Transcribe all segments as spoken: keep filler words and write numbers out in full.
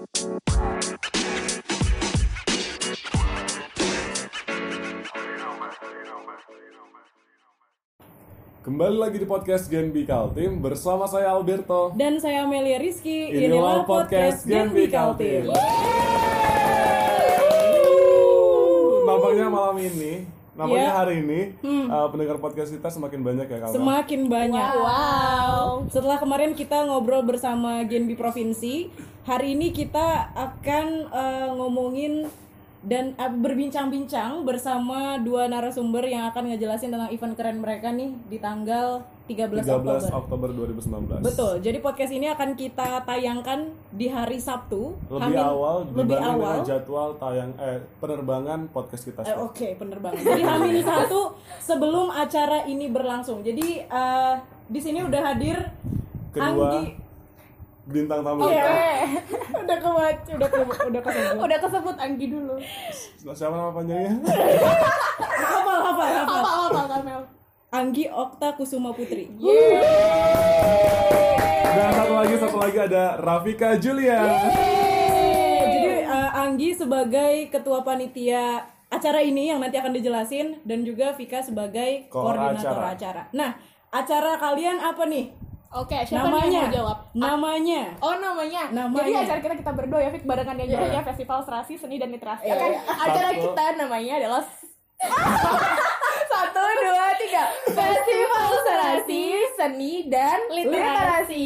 Kembali lagi di podcast Genbi Kaltim bersama saya Alberto dan saya Amelia Rizky. Inilah podcast Genbi Kaltim. Nampaknya malam ini, nampaknya yeah. hari ini hmm. uh, pendengar podcast kita semakin banyak ya kawan. Semakin banyak. Wow. wow. Setelah kemarin kita ngobrol bersama Genbi Provinsi, hari ini kita akan uh, ngomongin dan uh, berbincang-bincang bersama dua narasumber yang akan ngejelasin tentang event keren mereka nih di tanggal tiga belas Oktober dua ribu sembilan belas. Betul. Jadi podcast ini akan kita tayangkan di hari Sabtu. Lebih Hamin, awal lebih dibanding awal. dengan jadwal tayang eh penerbangan podcast kita. Eh, Oke, okay, penerbangan. Jadi Hamin satu sebelum acara ini berlangsung. Jadi uh, di sini udah hadir kedua Anggi bintang tamu Oke. kita. Okay. udah kebac, udah ke, udah kesebut. Udah kesebut Anggi dulu. Siapa nama panjangnya? Hafal, hafal, hafal. Apa apa Kamel? Anggi Okta Kusuma Putri. Yeay. Dan satu lagi, satu lagi ada Rafika Julia. Yeay. Jadi uh, Anggi sebagai ketua panitia acara ini yang nanti akan dijelasin, dan juga Vika sebagai Koor koordinator acara. acara. Nah, acara kalian apa nih? Oke, siapa namanya, nih yang mau jawab? Namanya. Oh, namanya. Namanya. Jadi acara kita kita berdua ya, Fik, barengan yang Yeah. judulnya Festival Serasi Seni dan Literasi. Yeah. Kan acara Satu. kita namanya adalah Satu, dua, tiga. Festival Serasi Seni dan Literasi.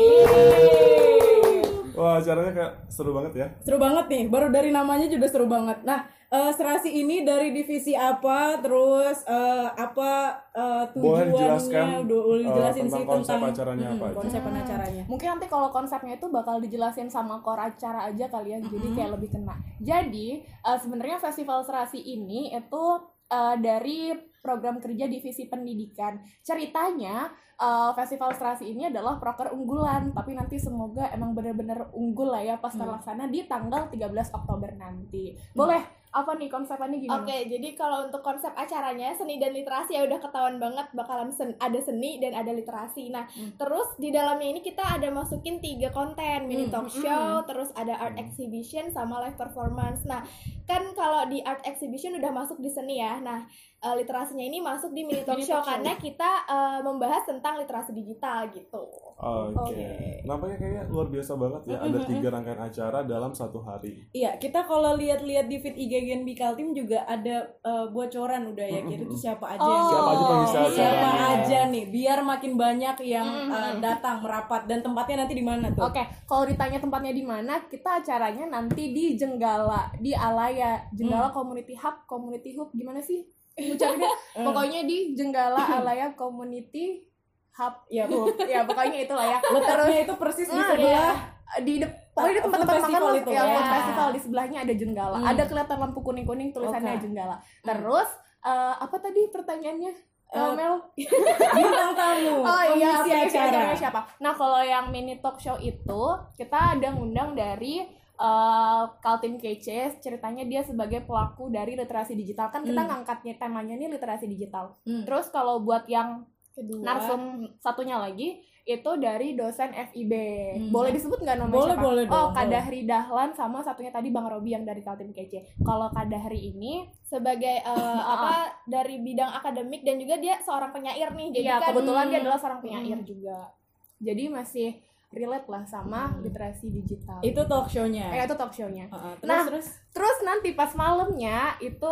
Wah, acaranya kayak seru banget ya. Seru banget nih, baru dari namanya juga seru banget. Nah, uh, Serasi ini dari divisi apa, terus uh, apa uh, Boleh tujuannya, dijelaskan udah boleh uh, dijelasin tentang sih konsep tentang acaranya mm, apa aja. konsep acaranya. Mungkin nanti kalau konsepnya itu bakal dijelasin sama core acara aja kali ya, jadi kayak lebih kena. Jadi uh, sebenarnya Festival Serasi ini itu uh, dari program kerja divisi pendidikan. Ceritanya uh, Festival Serasi ini adalah proker unggulan, tapi nanti semoga emang benar-benar unggul lah ya pas Hmm. terlaksana di tanggal tiga belas Oktober nanti. Boleh apa nih konsepnya gimana? Oke, jadi kalau untuk konsep acaranya seni dan literasi ya udah ketahuan banget bakalan sen- ada seni dan ada literasi. Nah, Hmm. terus di dalamnya ini kita ada masukin tiga konten, mini Hmm. talk show, terus ada art exhibition sama live performance. Nah, kan kalau di art exhibition udah masuk di seni ya. Nah, uh, literasinya ini masuk di mini talk Mini show talk show. karena kita uh, membahas tentang literasi digital gitu. Oke. Oke. Nampaknya kayaknya luar biasa banget ya. Ada tiga rangkaian acara dalam satu hari. Iya, kita kalau lihat-lihat di feed I G Genbi Kaltim juga ada uh, bocoran udah ya, kira itu siapa aja Oh, yang Siapa aja pengisi siapa acaranya. aja nih, biar makin banyak yang uh, datang merapat, dan tempatnya nanti di mana tuh? Oke, kalau ditanya tempatnya di mana, kita acaranya nanti di Jenggala, di Alaya, Jenggala Community Hub, Community Hub gimana sih? Ngucapinnya pokoknya di Jenggala Alaya Community Hub. Ya, Hub. Ya, pokoknya itulah ya. letaknya itu persis di Nah, sebelah di de- pokoknya di Food tempat-tempat makan festival lah, itu, ya, ya. food festival di sebelahnya ada Jenggala. Hmm. Ada kelihatan lampu kuning-kuning tulisannya Oke. Jenggala. Terus eh, apa tadi pertanyaannya? Eh, Mel? bintang tamu, Oh iya, pengisi pengisi acara. acaranya siapa? Nah, kalau yang mini talk show itu kita ada ngundang dari uh, Kaltim Kece. Ceritanya dia sebagai pelaku dari literasi digital. Kan kita Hmm. ngangkatnya temanya nih literasi digital. Hmm. Terus kalau buat yang Kedua. narsum satunya lagi itu dari dosen F I B. Hmm. Boleh disebut nggak namanya Boleh, siapa? boleh Oh, dong, Kadahri Dahlan sama satunya tadi Bang Robi yang dari Kaltim Kece. Kalau Kadahri ini sebagai uh, apa dari bidang akademik dan juga dia seorang penyair nih. Jadi Iya, kan kebetulan dia Hmm. adalah seorang penyair juga. Jadi masih relate lah sama literasi digital. Itu talk show-nya. Eh, itu talk show-nya. Uh-uh. Terus, Nah, terus Terus nanti pas malamnya itu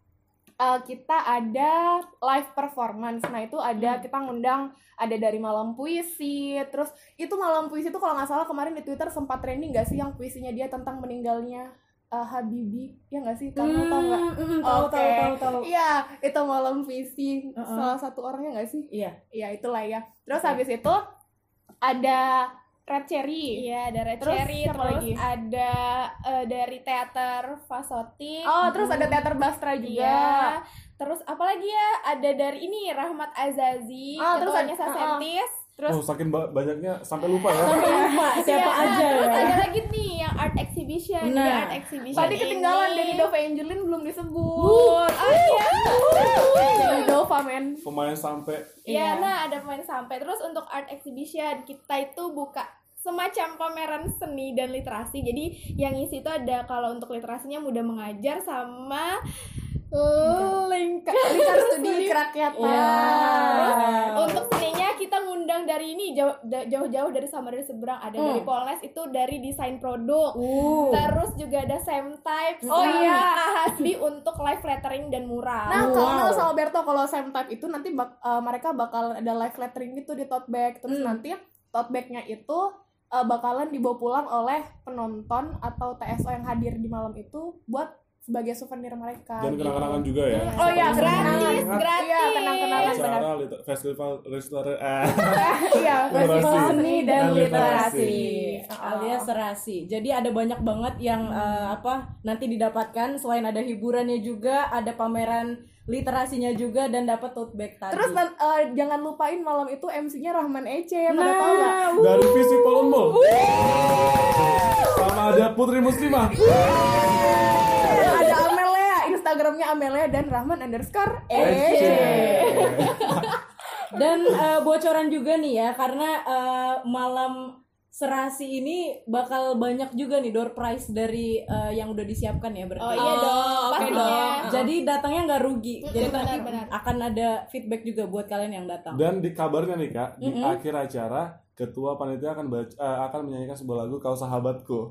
uh, kita ada live performance. Nah, itu ada Hmm. kita ngundang ada dari Malam Puisi. Terus itu Malam Puisi itu kalau nggak salah kemarin di Twitter sempat trending nggak sih yang puisinya dia tentang meninggalnya uh, Habibie, ya nggak sih? Kamu tahu nggak? Hmm, hmm, tahu, Oke. tahu, tahu, tahu. Iya, itu Malam Puisi Uh-uh. salah satu orangnya nggak sih? Iya. Ya itulah ya. Terus Oke. habis itu ada Red Cherry. Iya, ada Red Terus Cherry, siapa terus lagi? ada eh, dari teater Fasotik. Oh, terus ada Teater Bastra juga. Iya. Terus apalagi ya? Ada dari ini Rahmat Azazi, Oh, terus ketuanya ada- Sasentis. Terus Oh, saking ba- banyaknya sampai lupa ya. Sampai lupa siapa Iya, aja terus ya. ada lagi nih yang art exhibition. Nah, Di art exhibition tadi ketinggalan ini. dari Dova Angelin belum disebut. Oh iya. Dari Dova, men. Pemain sampai Iya, Iya. nah ada pemain sampai. Terus untuk art exhibition kita itu buka semacam pameran seni dan literasi. Jadi yang isi itu ada kalau untuk literasinya Muda Mengajar sama Lingkar lingkar studi kerakyatan. Ya. Terus untuk seninya kita ngundang dari ini jauh- jauh-jauh dari Samarinda seberang, ada dari Hmm. Polnes itu dari desain produk. Uh. Terus juga ada Semtype Oh, sama iya. Ahasbi untuk live lettering dan mural. Nah, Wow. kalau Mel sama Alberto, kalau same type itu nanti bak- eh, mereka bakal ada live lettering gitu di tote bag. Terus Hmm. nanti tote bagnya itu eh, bakalan dibawa pulang oleh penonton atau T S O yang hadir di malam itu buat sebagai souvenir mereka. Dan gitu. kenang-kenangan juga ya. Oh iya, gratis, kenang-kenangan. gratis. Iya, kenang-kenangan benar. Acara liter- festival literasi eh Iya, festival Literasi. seni dan Dan literasi. literasi. alias serasi. Jadi ada banyak banget yang eh, apa nanti didapatkan, selain ada hiburannya juga, ada pameran literasinya juga, dan dapat tote bag tadi. Terus nan- eh, jangan lupain malam itu M C-nya Rahman Ece, pada Nah, tahu nggak? dari Visi Polonmol. Sama ada Putri Muslimah. Ada Amelia, Instagramnya Amelia dan Rahman underscore Ece. Ece. Dan eh, bocoran juga nih ya, karena eh, malam serasi ini bakal banyak juga nih door prize dari eh, yang udah disiapkan ya berarti. Oh iya dong, oke pastinya. dong. Jadi datangnya nggak rugi. Mm-mm, Jadi benar, nanti benar. akan ada feedback juga buat kalian yang datang. Dan di kabarnya nih Kak, di Mm-mm. akhir acara ketua panitia akan baca, eh, akan menyanyikan sebuah lagu Kau Sahabatku.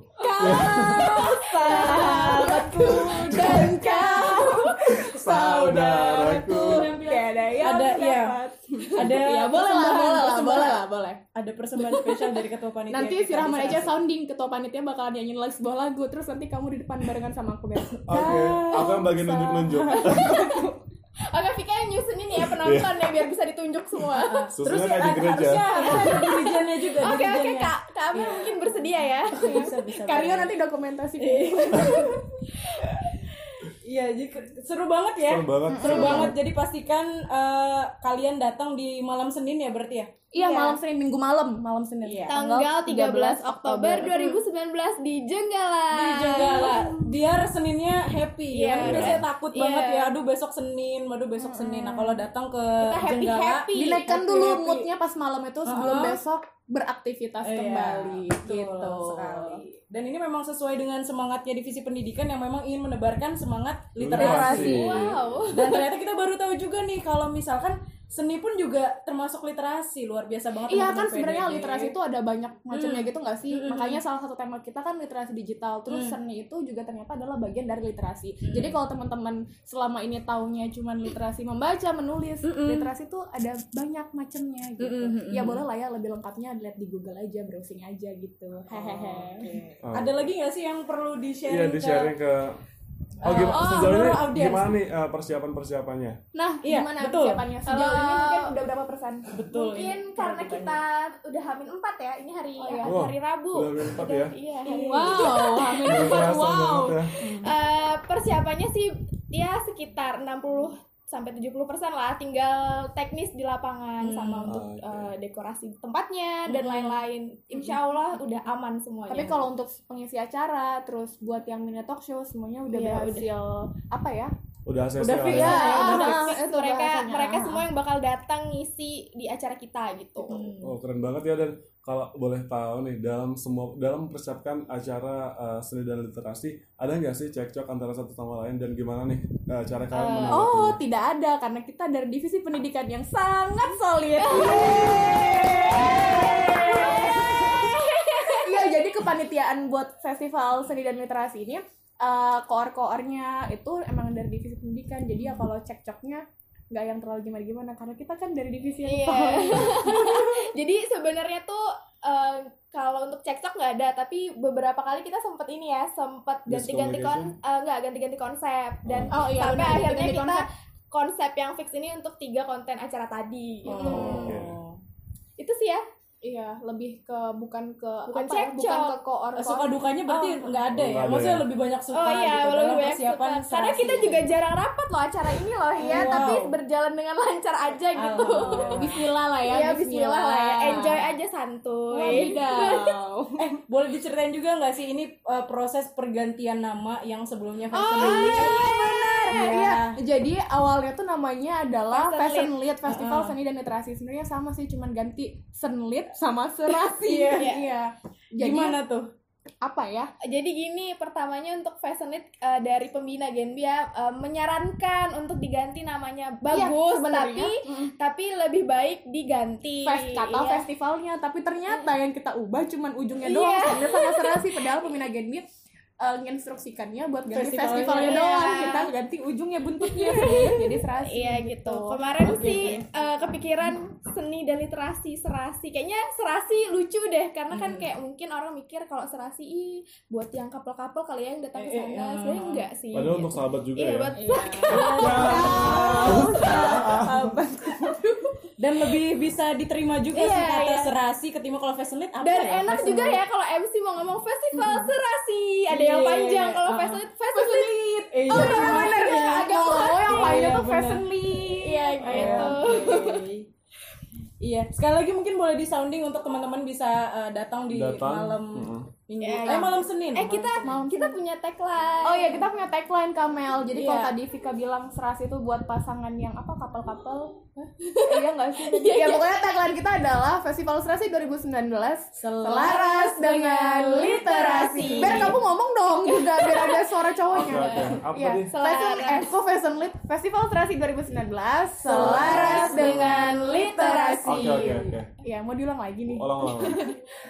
Sahabatku dan kau Saudaraku. tiada yang Ada, iya. dapat. Ada Ya boleh lah, persembahan- boleh lah, persembahan- boleh lah, boleh. Ada persembahan spesial dari ketua panitia. Nanti kita si di Rahman aja serasi. sounding, ketua panitia bakalan nyanyiin lagi sebuah lagu, terus nanti kamu di depan barengan sama aku besok. Oke, aku yang bagian nunjuk-nunjuk. Oke, Vika yang nyusun ini ya penonton ya biar bisa ditunjuk semua. Terus Susunya kayak di ada- gereja. harusnya harusnya ada dirijennya juga. Oke oke dirijennya. Kak, Kak Amel mungkin bersedia ya. Bisa bisa. Karyo boleh. nanti dokumentasi. Iya, jadi ke- seru banget ya. Seru banget. Seru banget. Jadi pastikan eh, kalian datang di malam Senin ya berarti ya. Iya, Iya. malam Senin, Minggu malam, malam Senin. Iya. Tanggal tiga belas Oktober dua ribu sembilan belas di Jenggala. Di Jenggala. Biar Seninnya happy. Iya, Ya, kan biasanya iya. takut Iya. banget ya. Aduh besok Senin, aduh besok Senin. Nah, kalau datang ke Kita happy Jenggala, happy. Dinaikkan Happy, dulu happy. moodnya pas malam itu sebelum Uh-huh. besok beraktivitas Iya, kembali betul gitu. sekali. Dan ini memang sesuai dengan semangatnya divisi pendidikan yang memang ingin menebarkan semangat Literasi. literasi. Wow. Dan ternyata kita baru tahu juga nih kalau misalkan seni pun juga termasuk literasi. Luar biasa banget. Iya teman-teman kan sebenarnya P D D. literasi itu ada banyak macamnya gitu nggak sih? Mm-mm. Makanya salah satu tema kita kan literasi digital. Terus Mm. seni itu juga ternyata adalah bagian dari literasi. Jadi kalau teman-teman selama ini taunya cuman literasi membaca, menulis, Mm-mm. literasi itu ada banyak macamnya gitu. Mm-mm. Ya boleh lah ya lebih lengkapnya dilihat di Google aja, browsing aja gitu. Hehehe. Oke. Oh. Ada lagi nggak sih yang perlu di Iya, sharing? di sharing ke Oh, Oh, gimana oh, sejauh ini seluruh audiens. gimana nih eh, persiapan-persiapannya? Nah, Iya, gimana betul. persiapannya? Sejauh ini Kalau- mungkin udah berapa persen? Betul. Mungkin ini karena perlu kita udah hamil empat ya. Ini hari Oh, iya. Wah, hari Rabu. udah hamil empat ya? Iya, hari Wow, hamil Udah empat, kerasa wow. banget ya. Eh, persiapannya sih ya sekitar enam puluh sampai tujuh puluh persen lah, tinggal teknis di lapangan Hmm, sama untuk oke. eh, dekorasi tempatnya dan Hmm. lain-lain. Insya Allah udah aman semuanya. Tapi kalau untuk pengisi acara, terus buat yang mini talk show semuanya udah Iya, berhasil apa ya? Udah A C C Udah lah fix ya. ya, Ah, udah ah, fix itu mereka bahasanya. mereka Ah, semua yang bakal datang ngisi di acara kita gitu. Hmm. Oh, keren banget ya. Dan kalau boleh tahu nih, dalam semua dalam mempersiapkan acara eh, seni dan literasi, ada nggak sih cekcok antara satu sama lain, dan gimana nih eh, cara kalian Oh, menanggapinya? tidak ada karena kita dari divisi pendidikan yang sangat solid. Iya, jadi kepanitiaan buat festival seni dan literasi ini eh, koor-koornya itu emang dari divisi pendidikan. Jadi ya kalau cekcoknya nggak yang terlalu gimana-gimana karena kita kan dari divisi yang Iya. solid. Jadi sebenarnya tuh eh, kalau untuk cekcok nggak ada, tapi beberapa kali kita sempet ini ya, sempet ganti-ganti kon eh, nggak ganti-ganti konsep dan Oh iya, sampai benar, akhirnya ganti-ganti kita konsep. konsep yang fix ini untuk tiga konten acara tadi gitu. Oh. Oke. Itu sih ya. Iya, lebih ke bukan ke Bukan apa ya, cekcok. bukan ke koor. Suka dukanya berarti Oh, nggak ada nggak ya? ada Maksudnya ya? lebih banyak suka Oh iya, gitu lebih dalam banyak persiapan suka. Karena serasi. kita juga jarang rapat loh acara ini loh ya, Wow. tapi berjalan dengan lancar aja gitu. Alhamdulillah. Bismillah lah ya. Iya, bismillah lah ya. Enjoy aja santuy. Wadidaw. Eh, boleh diceritain juga nggak sih ini uh, proses pergantian nama yang sebelumnya Oh Fashion Week? iya, benar. benar. Iya. Jadi awalnya tuh namanya adalah Fashion Fashion Lit, Festival Uh-uh. Seni dan Literasi. Sebenarnya sama sih, cuman ganti Senlit sama Serasi. Iya. Iya. Jadi Gimana tuh? apa ya? Jadi gini, pertamanya untuk Fashion Week uh, dari pembina Genbi ya uh, menyarankan untuk diganti namanya bagus, Iya, sebenarnya. tapi Mm. tapi lebih baik diganti. Fest kata Iya. festivalnya, tapi ternyata yang kita ubah cuman ujungnya Iya. doang, Senlit sama Serasi. Padahal pembina Genbi uh, menginstruksikannya buat ganti Festivalnya. festivalnya Iya. doang, kita ganti ujungnya, buntutnya Senlit jadi Serasi. Iya gitu. Kemarin Oke, sih oke. uh, kepikiran seni dan literasi serasi. Kayaknya serasi lucu deh karena kan Hmm. kayak mungkin orang mikir kalau serasi ih buat yang couple-couple kali ya yang datang ke Eh, eh, sana. eh. Sebenarnya enggak sih. Padahal gitu. untuk sahabat juga Iya, ya. buat Iya. Sahabat. Dan lebih bisa diterima juga Iya, sih kata iya. serasi ketimbang kalau fashion lit apa Dan ya? enak Fashion juga lit. ya kalau M C mau ngomong festival serasi. Ada yang Iya, panjang kalau uh-uh. fashion fashion lit. Eh, Oh, iya, benar benar iya. ya. Agak oh, yang lainnya Iya, tuh benar. Fashion Lit. Iya Oh, gitu. oke. Iya, sekali lagi mungkin boleh di sounding untuk teman-teman bisa uh, datang di Datang. malam Mm-mm. minggu. Iya, Eh malam Senin. Eh kita Malam kita punya tagline. Oh iya, kita punya tagline Kamel. Jadi Iya. kalau tadi Vika bilang serasi itu buat pasangan yang apa, couple-couple. Hah? Eh, iya enggak sih? Iya, pokoknya tagline kita adalah Festival Serasi dua ribu sembilan belas selaras dengan literasi. Biar kamu ngomong dong juga biar ada suara Oke cowoknya. oke. Apa Iya, nih? Fashion eh kok Fashion Lit Festival Serasi dua ribu sembilan belas selaras dengan literasi. Oke oke oke. Ya, mau diulang lagi nih. Ulang ulang. ulang.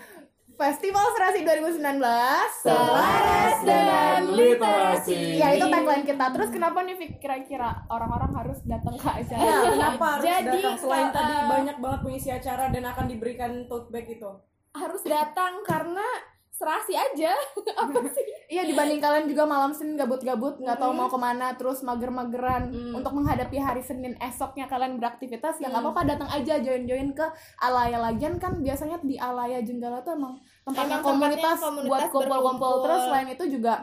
Festival Serasi dua ribu sembilan belas Selaras dengan literasi. Ya, itu tagline kita. Terus kenapa nih Fik, kira-kira orang-orang harus datang ke acara? Ya, kenapa harus Jadi, datang selain uh, tadi banyak banget pengisi acara dan akan diberikan tote bag itu? Harus datang karena serasi aja. Apa sih? Iya, dibanding kalian juga malam Senin gabut-gabut nggak tahu mau kemana, terus mager-mageran Hmm. untuk menghadapi hari Senin esoknya kalian beraktivitas, ya nggak Hmm. apa-apa, datang aja join-join ke Alaya. Lagian kan biasanya di Alaya Jenggala tuh emang tempatnya Emang komunitas, tempatnya komunitas buat kumpul-kumpul. berkumpul. Terus selain itu juga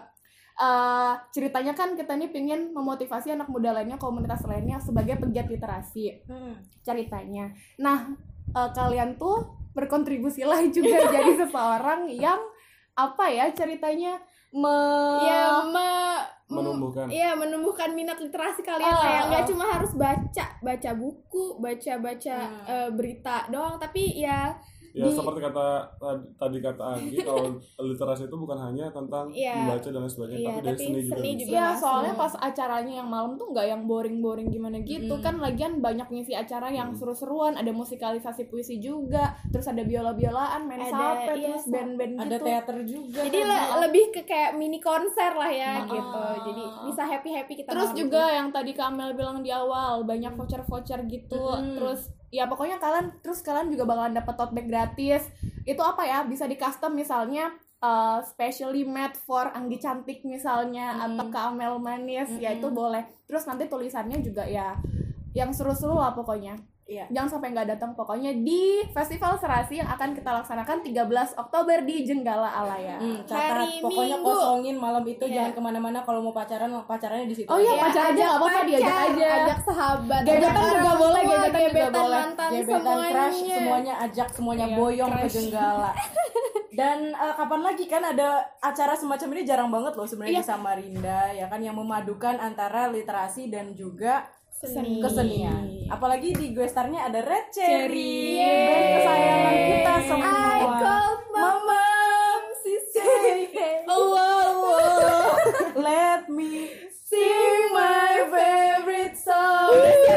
eh, ceritanya kan kita ini pingin memotivasi anak muda lainnya, komunitas lainnya sebagai pegiat literasi ceritanya. Nah, eh, kalian tuh berkontribusilah juga jadi seseorang yang apa ya ceritanya me Ya me, Menumbuhkan. Iya, menumbuhkan minat literasi kalian Oh, lah yang nggak oh. cuma harus baca, baca buku, baca-baca Hmm. eh, berita doang, tapi ya Ya Di- seperti kata tadi kata Agi, kalau literasi itu bukan hanya tentang Iya. membaca dan lain sebagainya, Iya, tapi dari tapi seni juga. seni bisa. juga. Iya, masuk. soalnya pas acaranya yang malam tuh nggak yang boring-boring gimana gitu. Mm. Kan lagian banyak ngisi acara yang Mm. seru-seruan, ada musikalisasi puisi juga, terus ada biola-biolaan, main Ada, sape, iya, terus sa- band-band Ada gitu. teater juga. jadi kan? le- lebih ke kayak mini konser lah ya Oh. gitu. Jadi bisa happy-happy kita. Terus malam juga yang tadi Kak Amel bilang di awal, banyak voucher-voucher gitu. Mm. Terus ya pokoknya kalian terus kalian juga bakalan dapat tote bag gratis. Itu apa ya? Bisa di custom misalnya uh, specially made for Anggi Cantik misalnya, Mm. atau Kak Amel Manis, ya Mm-mm. itu boleh. Terus nanti tulisannya juga ya yang seru-seru lah pokoknya. Iya. Jangan sampai nggak datang pokoknya di Festival Serasi yang akan kita laksanakan tiga belas Oktober di Jenggala Alaya. Hmm, catat Hari pokoknya Minggu. kosongin malam itu, Iya. jangan kemana-mana. Kalau mau pacaran, pacarannya di situ. Oh iya, Ya, pacar aja ajak nggak apa-apa, pacar, diajak aja. Ajak sahabat, Gebetan ajak juga orang boleh, tua, gebetan juga gebetan boleh. mantan, Gebetan semuanya. crush semuanya ajak, semuanya Iya, boyong ke crush. Jenggala. Dan eh, kapan lagi kan ada acara semacam ini, jarang banget loh sebenarnya Iya. di Samarinda ya kan, yang memadukan antara literasi dan juga Seni. kesenian. Apalagi di Guestarnya ada Red Cherry, Cherry. band kesayangan kita semua. I called Mama, she say, oh, oh, oh, let me sing my favorite song.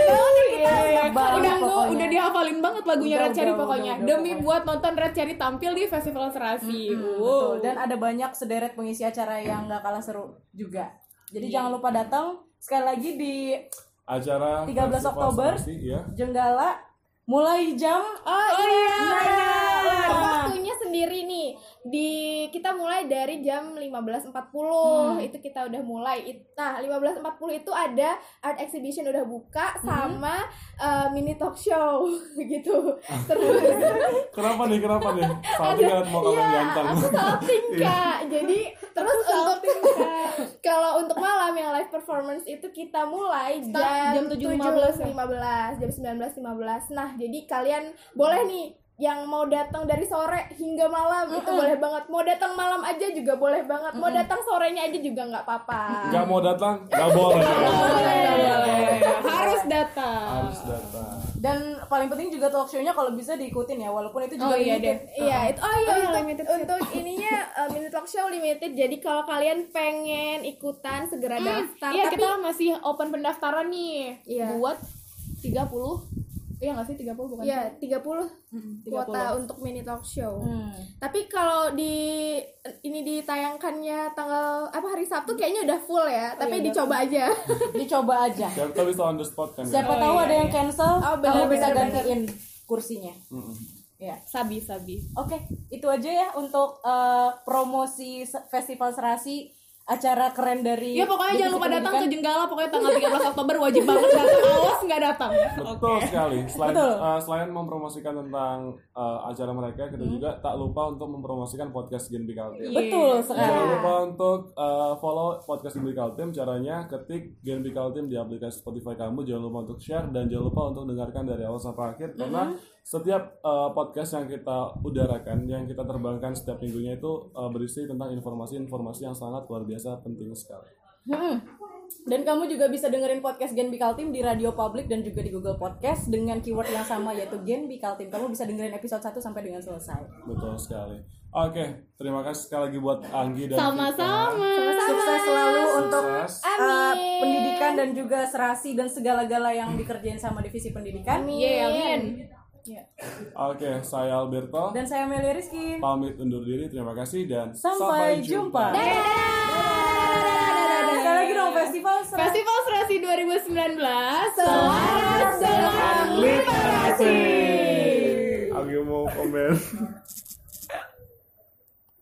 Iya, banget udah pokoknya. udah dihafalin banget lagunya Udah, Red Cherry udah, pokoknya udah, udah, demi pokoknya. buat nonton Red Cherry tampil di Festival Serasi. Mm-mm, Wow. betul. Dan ada banyak sederet pengisi acara yang gak kalah seru juga. Jadi jangan lupa datang sekali lagi di Acara tiga belas Festival Oktober. Serasi, ya. Jenggala mulai jam Oh, iya. Nah. Waktunya sendiri nih. Di kita mulai dari jam lima belas empat puluh. Hmm. Itu kita udah mulai. It- Nah, lima belas empat puluh itu ada art exhibition udah buka sama uh, mini talk show gitu. Terus Kenapa nih? Kenapa nih? Saat ingat mau kalian ganteng. aku salting Kak. Jadi terus untuk kalau untuk malam yang live performance itu kita mulai Start jam jam tujuh lima belas ya? lima belas, jam sembilan belas lima belas. Nah, jadi kalian boleh nih yang mau datang dari sore hingga malam itu boleh banget. Mau datang malam aja juga boleh banget. Mau datang sorenya aja juga nggak apa-apa. Nggak mau datang nggak boleh. Harus datang. Harus datang. Dan paling penting juga talk show-nya kalau bisa diikutin ya, walaupun itu juga Oh iya limited. deh. Iya, itu oh iya Oh, untuk, limited untuk ininya uh, mini talk show limited. Jadi kalau kalian pengen ikutan segera daftar. Iya, Tapi kita masih open pendaftaran nih. Iya. Buat tiga puluh. Iya nggak sih tiga puluh bukan? Iya, tiga puluh tiga puluh. kuota untuk mini talk show. Hmm. Tapi kalau di ini ditayangkannya tanggal apa hari Sabtu kayaknya udah full ya. Tapi iya, dicoba aja. Dicoba aja. Siapa tahu bisa on the spot kan. Siapa ya? tahu ada yang cancel, Oh, benar, kamu bisa benar, gantiin kursinya. Mm-mm. Ya. Sabi sabi. Oke, itu aja ya untuk eh, promosi se- Festival Serasi, acara keren dari Iya pokoknya jangan lupa Divisi datang ke Pendidikan. Jenggala, pokoknya tanggal tiga belas Oktober wajib banget datang. Awas nggak datang. Betul sekali. Selain Betul. uh, selain mempromosikan tentang uh, acara mereka, kita juga tak lupa untuk mempromosikan podcast Genbikal Team. Betul Jangan sekali. lupa untuk uh, follow podcast Genbikal Team. Caranya ketik Genbikal Team di aplikasi Spotify kamu. Jangan lupa untuk share dan jangan lupa untuk dengarkan dari awal sampai akhir karena setiap uh, podcast yang kita udarakan, yang kita terbangkan setiap minggunya itu uh, berisi tentang informasi-informasi yang sangat luar biasa penting sekali. Hmm. Dan kamu juga bisa dengerin podcast Genbikal Team di Radio Public dan juga di Google Podcast dengan keyword yang sama yaitu Genbikal Team. Kamu bisa dengerin episode satu sampai dengan selesai. Betul sekali. Oke, terima kasih sekali lagi buat Anggi dan Sama-sama. Sukses selalu untuk Sukses. uh, pendidikan dan juga serasi dan segala-gala yang dikerjain sama divisi pendidikan. Iya, amin. Oke, saya Alberto. Dan saya Melia Rizky. Pamit undur diri. Terima kasih dan Sampai jumpa. Sekali lagi dong festival serasi. Festival Serasi dua ribu sembilan belas. Selamat Literasi. Anggi mau komen.